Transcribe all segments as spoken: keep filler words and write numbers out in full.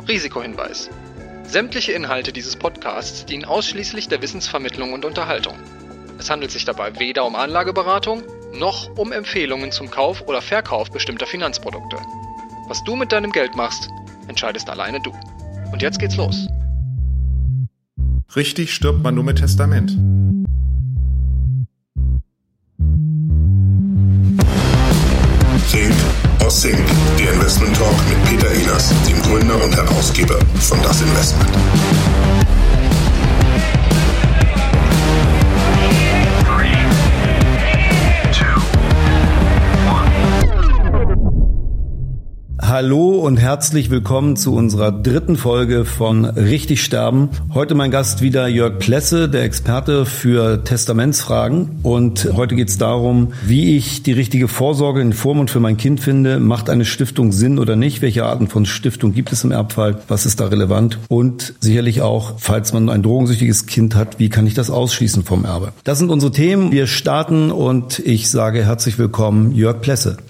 Risikohinweis. Sämtliche Inhalte dieses Podcasts dienen ausschließlich der Wissensvermittlung und Unterhaltung. Es handelt sich dabei weder um Anlageberatung, noch um Empfehlungen zum Kauf oder Verkauf bestimmter Finanzprodukte. Was du mit deinem Geld machst, entscheidest alleine du. Und jetzt geht's los. Richtig stirbt man nur mit Testament. Think or Sync, der Investment Talk mit Peter Ehlers, dem Gründer und Herausgeber von Das Investment. Hallo und herzlich willkommen zu unserer dritten Folge von Richtig Sterben. Heute mein Gast wieder Jörg Plesse, der Experte für Testamentsfragen. Und heute geht es darum, wie ich die richtige Vorsorge in Vormund für mein Kind finde. Macht eine Stiftung Sinn oder nicht? Welche Arten von Stiftung gibt es im Erbfall? Was ist da relevant? Und sicherlich auch, falls man ein drogensüchtiges Kind hat, wie kann ich das ausschließen vom Erbe? Das sind unsere Themen. Wir starten und ich sage herzlich willkommen, Jörg Plesse.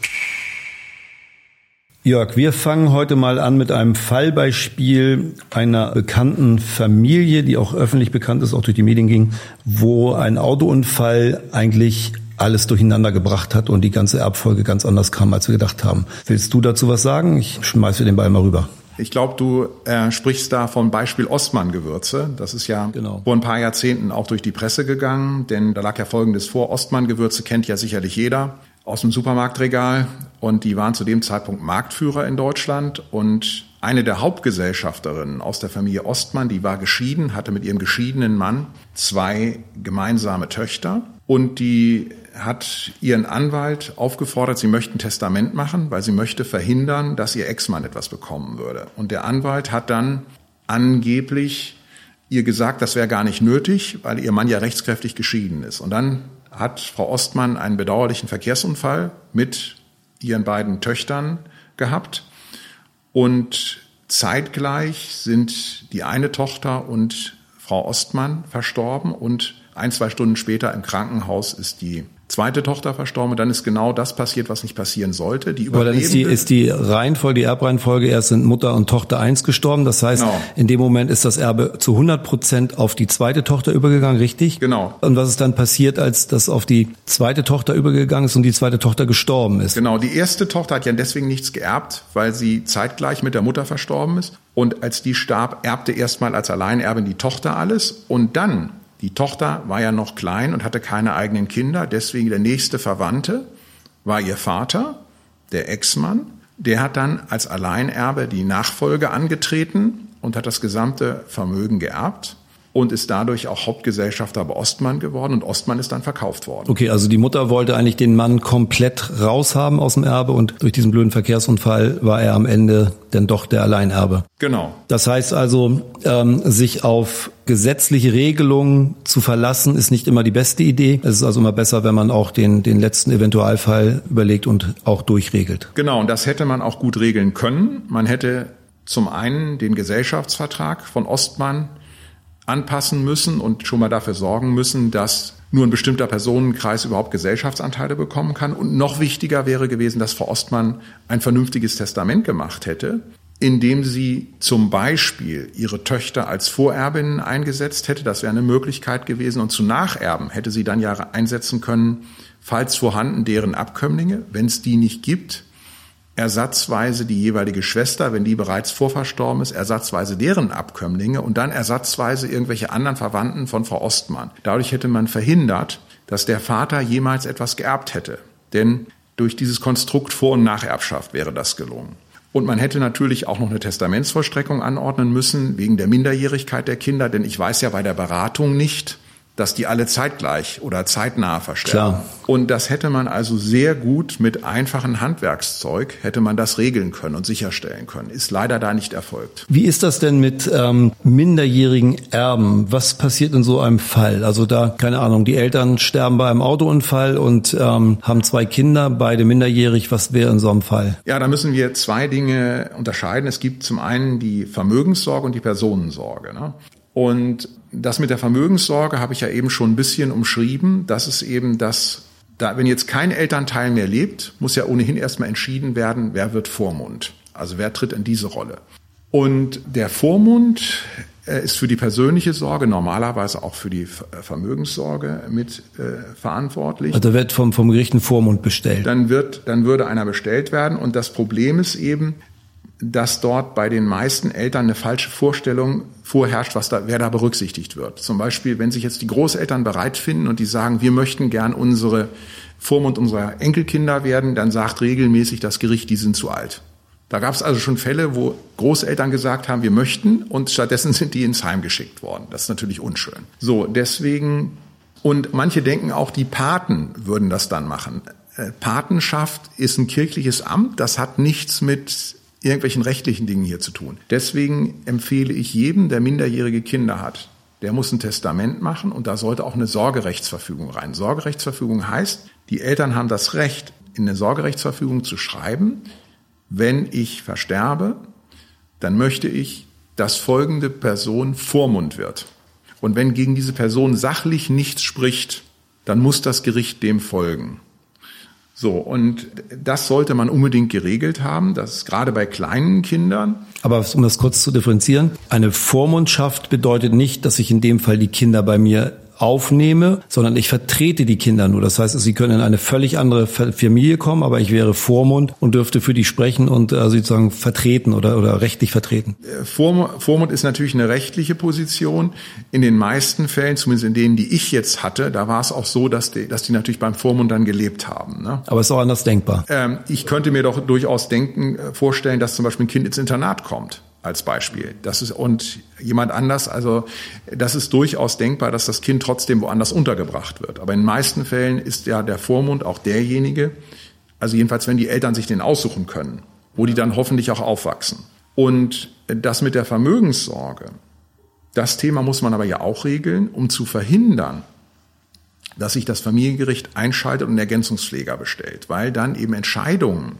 Jörg, wir fangen heute mal an mit einem Fallbeispiel einer bekannten Familie, die auch öffentlich bekannt ist, auch durch die Medien ging, wo ein Autounfall eigentlich alles durcheinander gebracht hat und die ganze Erbfolge ganz anders kam, als wir gedacht haben. Willst du dazu was sagen? Ich schmeiße den Ball mal rüber. Ich glaube, du äh, sprichst da vom Beispiel Ostmann-Gewürze. Das ist ja genau. vor ein paar Jahrzehnten auch durch die Presse gegangen, denn da lag ja Folgendes vor. Ostmann-Gewürze kennt ja sicherlich jeder aus dem Supermarktregal und die waren zu dem Zeitpunkt Marktführer in Deutschland und eine der Hauptgesellschafterinnen aus der Familie Ostmann, die war geschieden, hatte mit ihrem geschiedenen Mann zwei gemeinsame Töchter und die hat ihren Anwalt aufgefordert, sie möchte ein Testament machen, weil sie möchte verhindern, dass ihr Ex-Mann etwas bekommen würde. Und der Anwalt hat dann angeblich ihr gesagt, das wäre gar nicht nötig, weil ihr Mann ja rechtskräftig geschieden ist. Und dann hat Frau Ostmann einen bedauerlichen Verkehrsunfall mit ihren beiden Töchtern gehabt. Und zeitgleich sind die eine Tochter und Frau Ostmann verstorben und ein, zwei Stunden später im Krankenhaus ist die zweite Tochter verstorben. Und dann ist genau das passiert, was nicht passieren sollte. Die Aber dann ist die, ist die Reihenfolge, die Erbreihenfolge, erst sind Mutter und Tochter eins gestorben. Das heißt, genau. In dem Moment ist das Erbe zu hundert Prozent auf die zweite Tochter übergegangen, richtig? Genau. Und was ist dann passiert, als das auf die zweite Tochter übergegangen ist und die zweite Tochter gestorben ist? Genau, die erste Tochter hat ja deswegen nichts geerbt, weil sie zeitgleich mit der Mutter verstorben ist. Und als die starb, erbte erstmal als Alleinerbin die Tochter alles. Und dann, die Tochter war ja noch klein und hatte keine eigenen Kinder, deswegen der nächste Verwandte war ihr Vater, der Ex-Mann. Der hat dann als Alleinerbe die Nachfolge angetreten und hat das gesamte Vermögen geerbt und ist dadurch auch Hauptgesellschafter bei Ostmann geworden und Ostmann ist dann verkauft worden. Okay, also die Mutter wollte eigentlich den Mann komplett raushaben aus dem Erbe und durch diesen blöden Verkehrsunfall war er am Ende dann doch der Alleinerbe. Genau. Das heißt also, ähm, sich auf gesetzliche Regelungen zu verlassen, ist nicht immer die beste Idee. Es ist also immer besser, wenn man auch den, den letzten Eventualfall überlegt und auch durchregelt. Genau, und das hätte man auch gut regeln können. Man hätte zum einen den Gesellschaftsvertrag von Ostmann anpassen müssen und schon mal dafür sorgen müssen, dass nur ein bestimmter Personenkreis überhaupt Gesellschaftsanteile bekommen kann. Und noch wichtiger wäre gewesen, dass Frau Ostmann ein vernünftiges Testament gemacht hätte, indem sie zum Beispiel ihre Töchter als Vorerbinnen eingesetzt hätte. Das wäre eine Möglichkeit gewesen. Und zu Nacherben hätte sie dann ja einsetzen können, falls vorhanden, deren Abkömmlinge. Wenn es die nicht gibt, ersatzweise die jeweilige Schwester, wenn die bereits vorverstorben ist, ersatzweise deren Abkömmlinge und dann ersatzweise irgendwelche anderen Verwandten von Frau Ostmann. Dadurch hätte man verhindert, dass der Vater jemals etwas geerbt hätte. Denn durch dieses Konstrukt Vor- und Nacherbschaft wäre das gelungen. Und man hätte natürlich auch noch eine Testamentsvollstreckung anordnen müssen, wegen der Minderjährigkeit der Kinder. Denn ich weiß ja bei der Beratung nicht, dass die alle zeitgleich oder zeitnah versterben. Klar. Und das hätte man also sehr gut mit einfachem Handwerkszeug, hätte man das regeln können und sicherstellen können. Ist leider da nicht erfolgt. Wie ist das denn mit ähm, minderjährigen Erben? Was passiert in so einem Fall? Also da, keine Ahnung, die Eltern sterben bei einem Autounfall und ähm, haben zwei Kinder, beide minderjährig. Was wäre in so einem Fall? Ja, da müssen wir zwei Dinge unterscheiden. Es gibt zum einen die Vermögenssorge und die Personensorge, ne? Und das mit der Vermögenssorge habe ich ja eben schon ein bisschen umschrieben. Das ist eben das, da, wenn jetzt kein Elternteil mehr lebt, muss ja ohnehin erstmal entschieden werden, wer wird Vormund. Also wer tritt in diese Rolle. Und der Vormund ist für die persönliche Sorge, normalerweise auch für die Vermögenssorge mit äh, verantwortlich. Also wird vom, vom Gericht ein Vormund bestellt. Dann wird, dann würde einer bestellt werden. Und das Problem ist eben, dass dort bei den meisten Eltern eine falsche Vorstellung vorherrscht, was da, wer da berücksichtigt wird. Zum Beispiel, wenn sich jetzt die Großeltern bereit finden und die sagen, wir möchten gern unsere Vormund unserer Enkelkinder werden, dann sagt regelmäßig das Gericht, die sind zu alt. Da gab es also schon Fälle, wo Großeltern gesagt haben, wir möchten, und stattdessen sind die ins Heim geschickt worden. Das ist natürlich unschön. So, deswegen, und manche denken auch, die Paten würden das dann machen. Äh, Patenschaft ist ein kirchliches Amt, das hat nichts mit irgendwelchen rechtlichen Dingen hier zu tun. Deswegen empfehle ich jedem, der minderjährige Kinder hat, der muss ein Testament machen, und da sollte auch eine Sorgerechtsverfügung rein. Sorgerechtsverfügung heißt, die Eltern haben das Recht, in eine Sorgerechtsverfügung zu schreiben, wenn ich versterbe, dann möchte ich, dass folgende Person Vormund wird. Und wenn gegen diese Person sachlich nichts spricht, dann muss das Gericht dem folgen. So, und das sollte man unbedingt geregelt haben, das ist gerade bei kleinen Kindern. Aber um das kurz zu differenzieren, eine Vormundschaft bedeutet nicht, dass ich in dem Fall die Kinder bei mir aufnehme, sondern ich vertrete die Kinder nur. Das heißt, sie können in eine völlig andere Familie kommen, aber ich wäre Vormund und dürfte für die sprechen und äh, sozusagen vertreten oder, oder rechtlich vertreten. Vormund ist natürlich eine rechtliche Position. In den meisten Fällen, zumindest in denen, die ich jetzt hatte, da war es auch so, dass die, dass die natürlich beim Vormund dann gelebt haben. Ne? Aber es ist auch anders denkbar. Ähm, ich könnte mir doch durchaus denken, vorstellen, dass zum Beispiel ein Kind ins Internat kommt. Als Beispiel. Das ist, und jemand anders, also das ist durchaus denkbar, dass das Kind trotzdem woanders untergebracht wird. Aber in den meisten Fällen ist ja der Vormund auch derjenige, also jedenfalls, wenn die Eltern sich den aussuchen können, wo die dann hoffentlich auch aufwachsen. Und das mit der Vermögenssorge, das Thema muss man aber ja auch regeln, um zu verhindern, dass sich das Familiengericht einschaltet und einen Ergänzungspfleger bestellt, weil dann eben Entscheidungen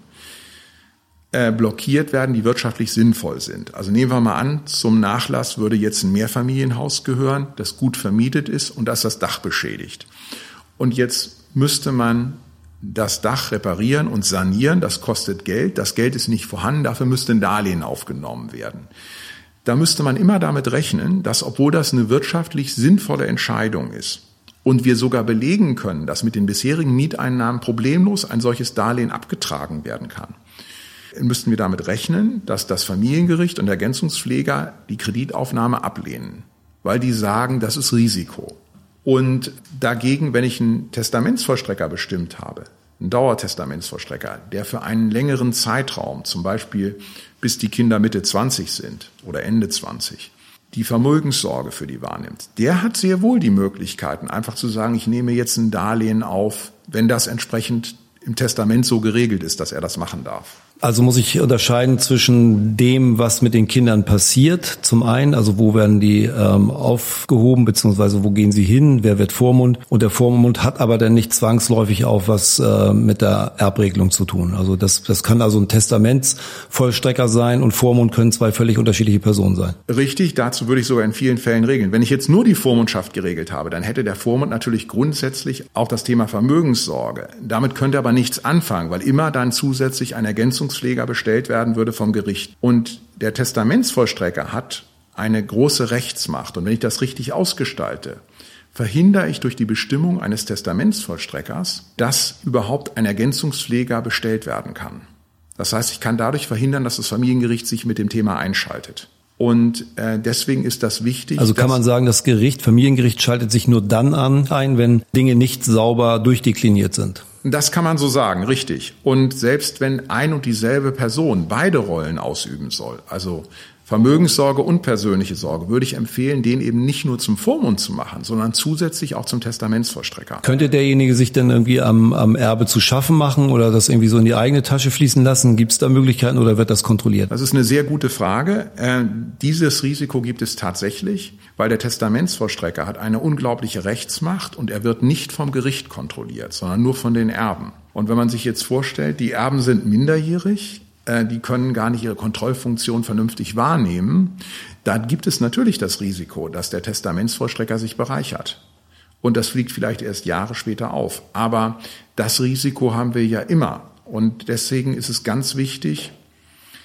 blockiert werden, die wirtschaftlich sinnvoll sind. Also nehmen wir mal an, zum Nachlass würde jetzt ein Mehrfamilienhaus gehören, das gut vermietet ist und das das Dach beschädigt. Und jetzt müsste man das Dach reparieren und sanieren, das kostet Geld, das Geld ist nicht vorhanden, dafür müsste ein Darlehen aufgenommen werden. Da müsste man immer damit rechnen, dass, obwohl das eine wirtschaftlich sinnvolle Entscheidung ist und wir sogar belegen können, dass mit den bisherigen Mieteinnahmen problemlos ein solches Darlehen abgetragen werden kann, müssten wir damit rechnen, dass das Familiengericht und der Ergänzungspfleger die Kreditaufnahme ablehnen, weil die sagen, das ist Risiko. Und dagegen, wenn ich einen Testamentsvollstrecker bestimmt habe, einen Dauertestamentsvollstrecker, der für einen längeren Zeitraum, zum Beispiel bis die Kinder Mitte zwanzig sind oder Ende zwanzig, die Vermögenssorge für die wahrnimmt, der hat sehr wohl die Möglichkeiten, einfach zu sagen, ich nehme jetzt ein Darlehen auf, wenn das entsprechend im Testament so geregelt ist, dass er das machen darf. Also muss ich unterscheiden zwischen dem, was mit den Kindern passiert, zum einen, also wo werden die ähm, aufgehoben, beziehungsweise wo gehen sie hin, wer wird Vormund, und der Vormund hat aber dann nicht zwangsläufig auch was äh, mit der Erbregelung zu tun. Also das, das kann also ein Testamentsvollstrecker sein und Vormund können zwei völlig unterschiedliche Personen sein. Richtig, dazu würde ich sogar in vielen Fällen regeln. Wenn ich jetzt nur die Vormundschaft geregelt habe, dann hätte der Vormund natürlich grundsätzlich auch das Thema Vermögenssorge. Damit könnte er aber nichts anfangen, weil immer dann zusätzlich ein Ergänzungs Pfleger bestellt werden würde vom Gericht. Und der Testamentsvollstrecker hat eine große Rechtsmacht. Und wenn ich das richtig ausgestalte, verhindere ich durch die Bestimmung eines Testamentsvollstreckers, dass überhaupt ein Ergänzungspfleger bestellt werden kann. Das heißt, ich kann dadurch verhindern, dass das Familiengericht sich mit dem Thema einschaltet. Und äh, deswegen ist das wichtig. Also kann man sagen, das Gericht, Familiengericht schaltet sich nur dann an ein, wenn Dinge nicht sauber durchdekliniert sind. Das kann man so sagen, richtig. Und selbst wenn ein und dieselbe Person beide Rollen ausüben soll, also Vermögenssorge und persönliche Sorge, würde ich empfehlen, den eben nicht nur zum Vormund zu machen, sondern zusätzlich auch zum Testamentsvollstrecker. Könnte derjenige sich denn irgendwie am, am Erbe zu schaffen machen oder das irgendwie so in die eigene Tasche fließen lassen? Gibt es da Möglichkeiten oder wird das kontrolliert? Das ist eine sehr gute Frage. Äh, dieses Risiko gibt es tatsächlich, weil der Testamentsvollstrecker hat eine unglaubliche Rechtsmacht und er wird nicht vom Gericht kontrolliert, sondern nur von den Erben. Und wenn man sich jetzt vorstellt, die Erben sind minderjährig, die können gar nicht ihre Kontrollfunktion vernünftig wahrnehmen, da gibt es natürlich das Risiko, dass der Testamentsvollstrecker sich bereichert. Und das fliegt vielleicht erst Jahre später auf. Aber das Risiko haben wir ja immer. Und deswegen ist es ganz wichtig,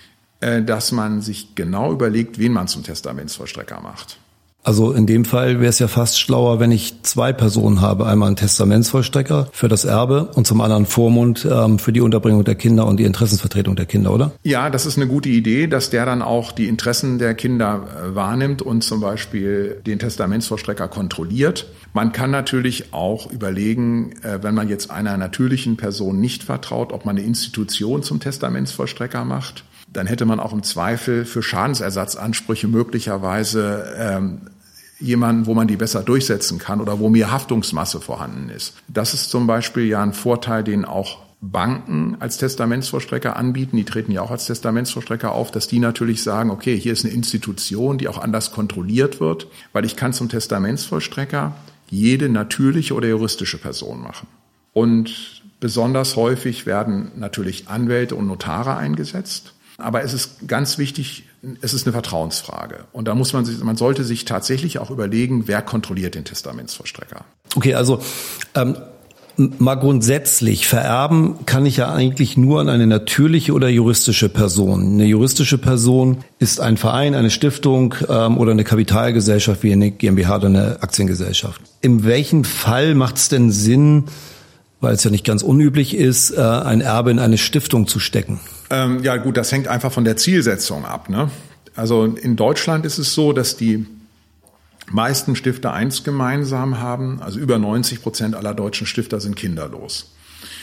dass man sich genau überlegt, wen man zum Testamentsvollstrecker macht. Also in dem Fall wäre es ja fast schlauer, wenn ich zwei Personen habe. Einmal einen Testamentsvollstrecker für das Erbe und zum anderen Vormund ähm, für die Unterbringung der Kinder und die Interessensvertretung der Kinder, oder? Ja, das ist eine gute Idee, dass der dann auch die Interessen der Kinder äh, wahrnimmt und zum Beispiel den Testamentsvollstrecker kontrolliert. Man kann natürlich auch überlegen, äh, wenn man jetzt einer natürlichen Person nicht vertraut, ob man eine Institution zum Testamentsvollstrecker macht. Dann hätte man auch im Zweifel für Schadensersatzansprüche möglicherweise ähm, jemanden, wo man die besser durchsetzen kann oder wo mehr Haftungsmasse vorhanden ist. Das ist zum Beispiel ja ein Vorteil, den auch Banken als Testamentsvollstrecker anbieten. Die treten ja auch als Testamentsvollstrecker auf, dass die natürlich sagen, okay, hier ist eine Institution, die auch anders kontrolliert wird, weil ich kann zum Testamentsvollstrecker jede natürliche oder juristische Person machen. Und besonders häufig werden natürlich Anwälte und Notare eingesetzt. Aber es ist ganz wichtig, es ist eine Vertrauensfrage. Und da muss man sich, man sollte sich tatsächlich auch überlegen, wer kontrolliert den Testamentsvollstrecker. Okay, also ähm, mal grundsätzlich, vererben kann ich ja eigentlich nur an eine natürliche oder juristische Person. Eine juristische Person ist ein Verein, eine Stiftung ähm, oder eine Kapitalgesellschaft wie eine GmbH oder eine Aktiengesellschaft. In welchem Fall macht es denn Sinn, weil es ja nicht ganz unüblich ist, äh, ein Erbe in eine Stiftung zu stecken? Ähm, ja gut, das hängt einfach von der Zielsetzung ab, ne? Also in Deutschland ist es so, dass die meisten Stifter eins gemeinsam haben, also über neunzig Prozent aller deutschen Stifter sind kinderlos.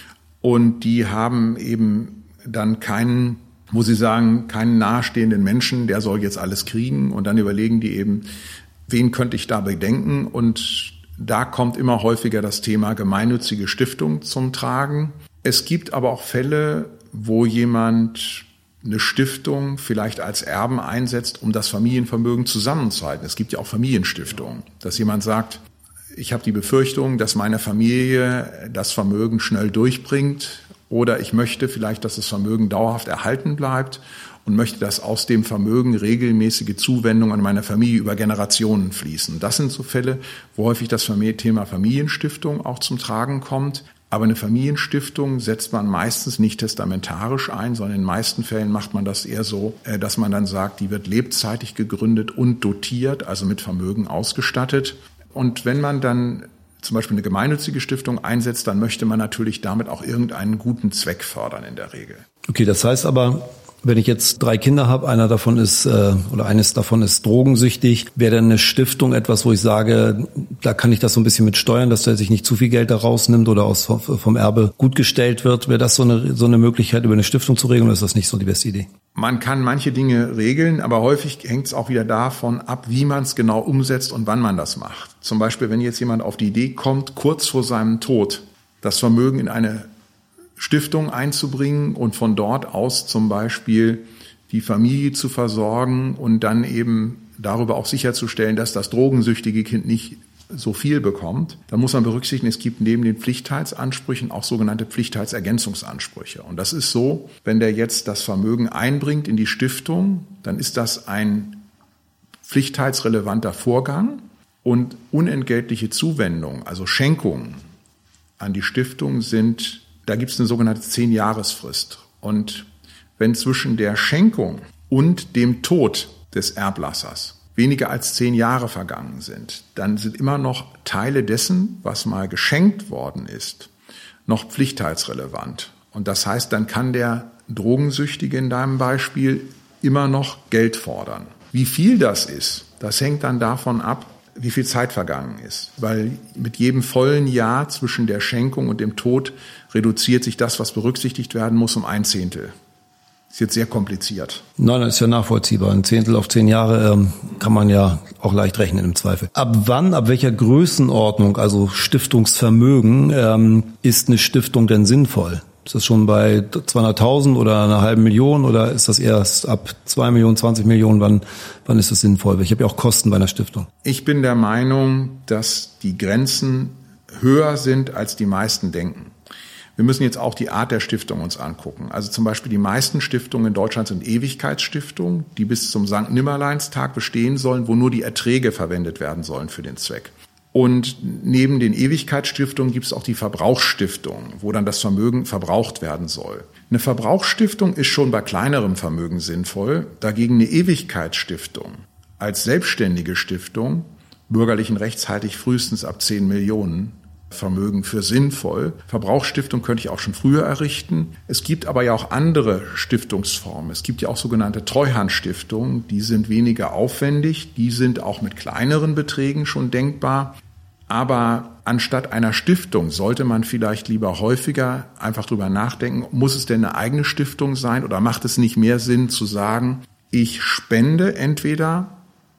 Und die haben eben dann keinen, wo sie sagen, keinen nahestehenden Menschen, der soll jetzt alles kriegen. Und dann überlegen die eben, wen könnte ich da bedenken? Und da kommt immer häufiger das Thema gemeinnützige Stiftung zum Tragen. Es gibt aber auch Fälle, wo jemand eine Stiftung vielleicht als Erben einsetzt, um das Familienvermögen zusammenzuhalten. Es gibt ja auch Familienstiftungen, dass jemand sagt, ich habe die Befürchtung, dass meine Familie das Vermögen schnell durchbringt oder ich möchte vielleicht, dass das Vermögen dauerhaft erhalten bleibt und möchte, dass aus dem Vermögen regelmäßige Zuwendungen an meine Familie über Generationen fließen. Das sind so Fälle, wo häufig das Thema Familienstiftung auch zum Tragen kommt. Aber eine Familienstiftung setzt man meistens nicht testamentarisch ein, sondern in den meisten Fällen macht man das eher so, dass man dann sagt, die wird lebzeitig gegründet und dotiert, also mit Vermögen ausgestattet. Und wenn man dann zum Beispiel eine gemeinnützige Stiftung einsetzt, dann möchte man natürlich damit auch irgendeinen guten Zweck fördern in der Regel. Okay, das heißt aber, wenn ich jetzt drei Kinder habe, einer davon ist äh, oder eines davon ist drogensüchtig, wäre dann eine Stiftung etwas, wo ich sage, da kann ich das so ein bisschen mit steuern, dass der sich nicht zu viel Geld da rausnimmt oder aus vom Erbe gut gestellt wird. Wäre das so eine so eine Möglichkeit, über eine Stiftung zu regeln, oder ist das nicht so die beste Idee? Man kann manche Dinge regeln, aber häufig hängt es auch wieder davon ab, wie man es genau umsetzt und wann man das macht. Zum Beispiel, wenn jetzt jemand auf die Idee kommt, kurz vor seinem Tod das Vermögen in eine Stiftung einzubringen und von dort aus zum Beispiel die Familie zu versorgen und dann eben darüber auch sicherzustellen, dass das drogensüchtige Kind nicht so viel bekommt. Da muss man berücksichtigen, es gibt neben den Pflichtteilsansprüchen auch sogenannte Pflichtteilsergänzungsansprüche. Und das ist so, wenn der jetzt das Vermögen einbringt in die Stiftung, dann ist das ein pflichtteilsrelevanter Vorgang und unentgeltliche Zuwendungen, also Schenkungen an die Stiftung sind, da gibt es eine sogenannte Zehn-Jahresfrist. Und wenn zwischen der Schenkung und dem Tod des Erblassers weniger als zehn Jahre vergangen sind, dann sind immer noch Teile dessen, was mal geschenkt worden ist, noch pflichtteilsrelevant. Und das heißt, dann kann der Drogensüchtige in deinem Beispiel immer noch Geld fordern. Wie viel das ist, das hängt dann davon ab, wie viel Zeit vergangen ist. Weil mit jedem vollen Jahr zwischen der Schenkung und dem Tod reduziert sich das, was berücksichtigt werden muss, um ein Zehntel. Ist jetzt sehr kompliziert. Nein, das ist ja nachvollziehbar. Ein Zehntel auf zehn Jahre ähm, kann man ja auch leicht rechnen im Zweifel. Ab wann, ab welcher Größenordnung, also Stiftungsvermögen, ähm, ist eine Stiftung denn sinnvoll? Ist das schon bei zweihunderttausend oder einer halben Million oder ist das erst ab zwei Millionen, zwanzig Millionen? Wann, wann ist das sinnvoll? Ich habe ja auch Kosten bei einer Stiftung. Ich bin der Meinung, dass die Grenzen höher sind, als die meisten denken. Wir müssen jetzt auch die Art der Stiftung uns angucken. Also zum Beispiel die meisten Stiftungen in Deutschland sind Ewigkeitsstiftungen, die bis zum Sankt Nimmerleinstag bestehen sollen, wo nur die Erträge verwendet werden sollen für den Zweck. Und neben den Ewigkeitsstiftungen gibt es auch die Verbrauchsstiftung, wo dann das Vermögen verbraucht werden soll. Eine Verbrauchsstiftung ist schon bei kleinerem Vermögen sinnvoll, dagegen eine Ewigkeitsstiftung als selbstständige Stiftung, bürgerlichen Rechts halte ich frühestens ab zehn Millionen Vermögen für sinnvoll. Verbrauchsstiftung könnte ich auch schon früher errichten. Es gibt aber ja auch andere Stiftungsformen. Es gibt ja auch sogenannte Treuhandstiftungen, die sind weniger aufwendig, die sind auch mit kleineren Beträgen schon denkbar. Aber anstatt einer Stiftung sollte man vielleicht lieber häufiger einfach drüber nachdenken, muss es denn eine eigene Stiftung sein oder macht es nicht mehr Sinn zu sagen, ich spende entweder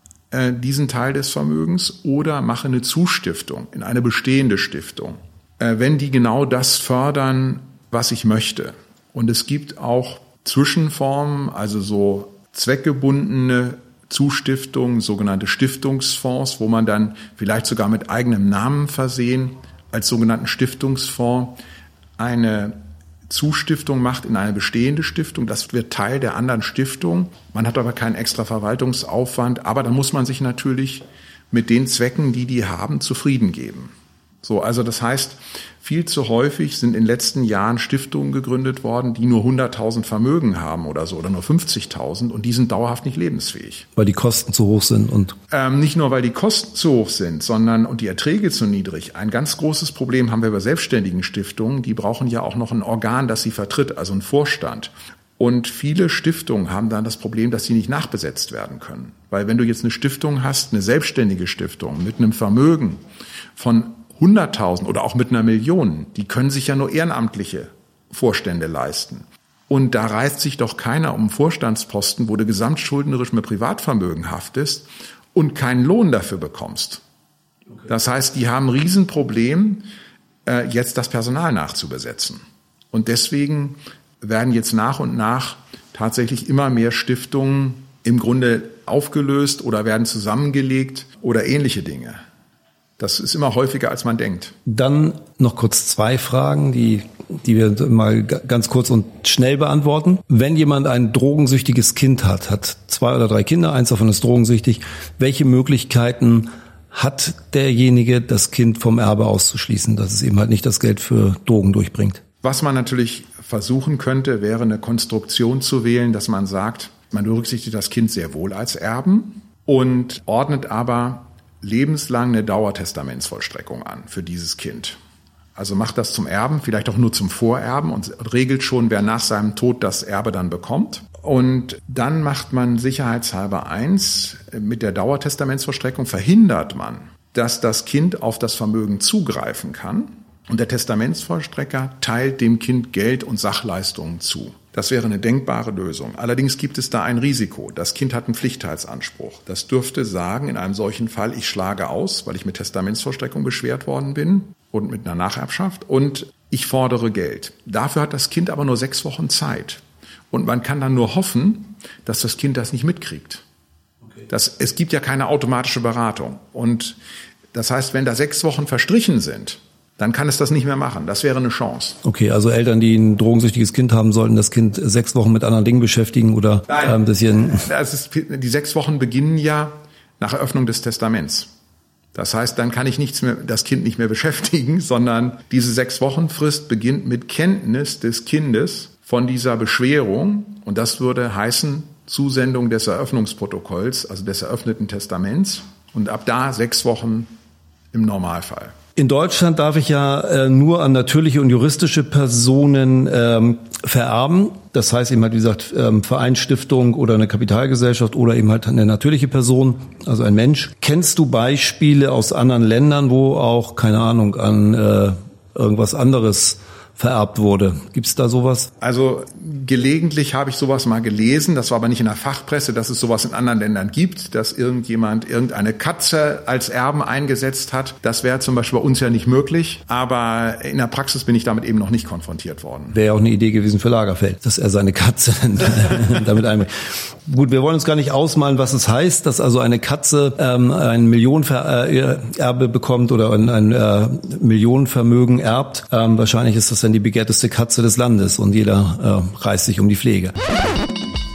diesen Teil des Vermögens oder mache eine Zustiftung in eine bestehende Stiftung, wenn die genau das fördern, was ich möchte. Und es gibt auch Zwischenformen, also so zweckgebundene Zustiftungen, sogenannte Stiftungsfonds, wo man dann vielleicht sogar mit eigenem Namen versehen, als sogenannten Stiftungsfonds eine Zustiftung macht in eine bestehende Stiftung. Das wird Teil der anderen Stiftung. Man hat aber keinen extra Verwaltungsaufwand. Aber dann muss man sich natürlich mit den Zwecken, die die haben, zufrieden geben. So, also das heißt, viel zu häufig sind in den letzten Jahren Stiftungen gegründet worden, die nur hunderttausend Vermögen haben oder so oder nur fünfzigtausend und die sind dauerhaft nicht lebensfähig. Weil die Kosten zu hoch sind und ähm, nicht nur, weil die Kosten zu hoch sind, sondern und die Erträge zu niedrig. Ein ganz großes Problem haben wir bei selbstständigen Stiftungen. Die brauchen ja auch noch ein Organ, das sie vertritt, also ein Vorstand. Und viele Stiftungen haben dann das Problem, dass sie nicht nachbesetzt werden können. Weil wenn du jetzt eine Stiftung hast, eine selbstständige Stiftung mit einem Vermögen von hunderttausend oder auch mit einer Million, die können sich ja nur ehrenamtliche Vorstände leisten. Und da reißt sich doch keiner um einen Vorstandsposten, wo du gesamtschuldnerisch mit Privatvermögen haftest und keinen Lohn dafür bekommst. Okay. Das heißt, die haben ein Riesenproblem, äh, jetzt das Personal nachzubesetzen. Und deswegen werden jetzt nach und nach tatsächlich immer mehr Stiftungen im Grunde aufgelöst oder werden zusammengelegt oder ähnliche Dinge. Das ist immer häufiger, als man denkt. Dann noch kurz zwei Fragen, die, die wir mal ganz kurz und schnell beantworten. Wenn jemand ein drogensüchtiges Kind hat, hat zwei oder drei Kinder, eins davon ist drogensüchtig, welche Möglichkeiten hat derjenige, das Kind vom Erbe auszuschließen, dass es eben halt nicht das Geld für Drogen durchbringt? Was man natürlich versuchen könnte, wäre eine Konstruktion zu wählen, dass man sagt, man berücksichtigt das Kind sehr wohl als Erben und ordnet aber lebenslang eine Dauertestamentsvollstreckung an für dieses Kind. Also macht das zum Erben, vielleicht auch nur zum Vorerben und regelt schon, wer nach seinem Tod das Erbe dann bekommt. Und dann macht man sicherheitshalber eins, mit der Dauertestamentsvollstreckung verhindert man, dass das Kind auf das Vermögen zugreifen kann. Und der Testamentsvollstrecker teilt dem Kind Geld und Sachleistungen zu. Das wäre eine denkbare Lösung. Allerdings gibt es da ein Risiko. Das Kind hat einen Pflichtteilsanspruch. Das dürfte sagen, in einem solchen Fall, ich schlage aus, weil ich mit Testamentsvollstreckung beschwert worden bin und mit einer Nacherbschaft und ich fordere Geld. Dafür hat das Kind aber nur sechs Wochen Zeit. Und man kann dann nur hoffen, dass das Kind das nicht mitkriegt. Okay. Das, es gibt ja keine automatische Beratung. Und das heißt, wenn da sechs Wochen verstrichen sind, dann kann es das nicht mehr machen. Das wäre eine Chance. Okay, also Eltern, die ein drogensüchtiges Kind haben, sollten das Kind sechs Wochen mit anderen Dingen beschäftigen oder ein bisschen. Das ist, die sechs Wochen beginnen ja nach Eröffnung des Testaments. Das heißt, dann kann ich nichts mehr, das Kind nicht mehr beschäftigen, sondern diese sechs Wochen Frist beginnt mit Kenntnis des Kindes von dieser Beschwerung. Und das würde heißen Zusendung des Eröffnungsprotokolls, also des eröffneten Testaments. Und ab da sechs Wochen im Normalfall. In Deutschland darf ich ja äh, nur an natürliche und juristische Personen ähm, vererben. Das heißt eben halt, wie gesagt, ähm, Verein, Stiftung oder eine Kapitalgesellschaft oder eben halt eine natürliche Person, also ein Mensch. Kennst du Beispiele aus anderen Ländern, wo auch, keine Ahnung, an äh, irgendwas anderes vererbt wurde? Gibt's da sowas? Also gelegentlich habe ich sowas mal gelesen, das war aber nicht in der Fachpresse, dass es sowas in anderen Ländern gibt, dass irgendjemand irgendeine Katze als Erben eingesetzt hat. Das wäre zum Beispiel bei uns ja nicht möglich, aber in der Praxis bin ich damit eben noch nicht konfrontiert worden. Wäre ja auch eine Idee gewesen für Lagerfeld, dass er seine Katze damit einbringt. Gut, wir wollen uns gar nicht ausmalen, was es heißt, dass also eine Katze ähm, ein Millionenerbe bekommt oder ein, ein äh, Millionenvermögen erbt. Ähm, wahrscheinlich ist das dann die begehrteste Katze des Landes und jeder äh, reißt sich um die Pflege.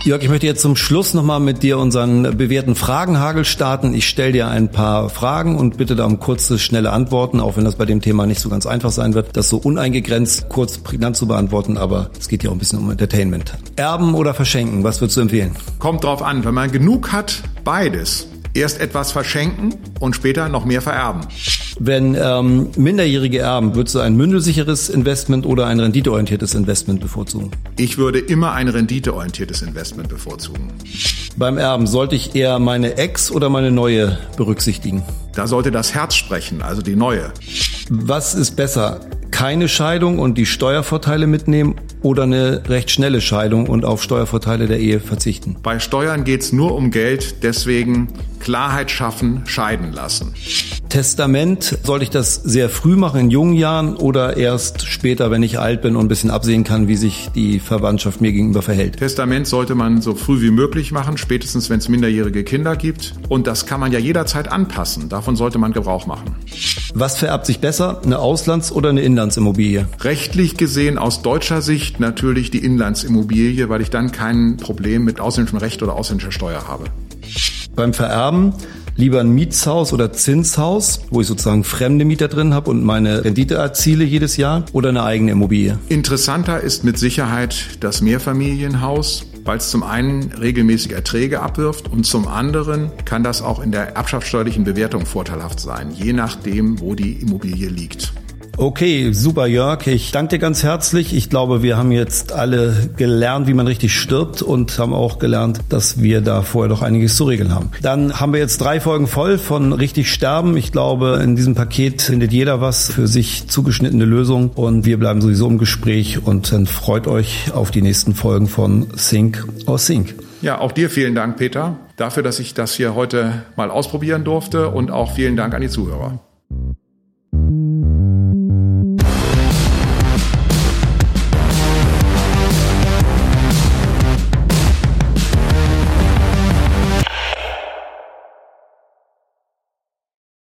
Jörg, ich möchte jetzt zum Schluss nochmal mit dir unseren bewährten Fragenhagel starten. Ich stelle dir ein paar Fragen und bitte da um kurze, schnelle Antworten, auch wenn das bei dem Thema nicht so ganz einfach sein wird, das so uneingegrenzt, kurz, prägnant zu beantworten, aber es geht ja auch ein bisschen um Entertainment. Erben oder verschenken, was würdest du empfehlen? Kommt drauf an, wenn man genug hat, beides. Erst etwas verschenken und später noch mehr vererben. Wenn ähm, Minderjährige erben, würdest du ein mündelsicheres Investment oder ein renditeorientiertes Investment bevorzugen? Ich würde immer ein renditeorientiertes Investment bevorzugen. Beim Erben sollte ich eher meine Ex oder meine neue berücksichtigen? Da sollte das Herz sprechen, also die neue. Was ist besser? Keine Scheidung und die Steuervorteile mitnehmen oder eine recht schnelle Scheidung und auf Steuervorteile der Ehe verzichten? Bei Steuern geht's nur um Geld, deswegen Klarheit schaffen, scheiden lassen. Testament, sollte ich das sehr früh machen, in jungen Jahren oder erst später, wenn ich alt bin und ein bisschen absehen kann, wie sich die Verwandtschaft mir gegenüber verhält? Testament sollte man so früh wie möglich machen, spätestens wenn es minderjährige Kinder gibt. Und das kann man ja jederzeit anpassen. Davon sollte man Gebrauch machen. Was vererbt sich besser, eine Auslands- oder eine Inlandsimmobilie? Rechtlich gesehen aus deutscher Sicht natürlich die Inlandsimmobilie, weil ich dann kein Problem mit ausländischem Recht oder ausländischer Steuer habe. Beim Vererben lieber ein Mietshaus oder Zinshaus, wo ich sozusagen fremde Mieter drin habe und meine Rendite erziele jedes Jahr, oder eine eigene Immobilie? Interessanter ist mit Sicherheit das Mehrfamilienhaus, weil es zum einen regelmäßig Erträge abwirft und zum anderen kann das auch in der erbschaftssteuerlichen Bewertung vorteilhaft sein, je nachdem, wo die Immobilie liegt. Okay, super Jörg, ich danke dir ganz herzlich. Ich glaube, wir haben jetzt alle gelernt, wie man richtig stirbt und haben auch gelernt, dass wir da vorher doch einiges zu regeln haben. Dann haben wir jetzt drei Folgen voll von richtig sterben. Ich glaube, in diesem Paket findet jeder was für sich zugeschnittene Lösung und wir bleiben sowieso im Gespräch und dann freut euch auf die nächsten Folgen von Think or Sync. Ja, auch dir vielen Dank, Peter, dafür, dass ich das hier heute mal ausprobieren durfte und auch vielen Dank an die Zuhörer.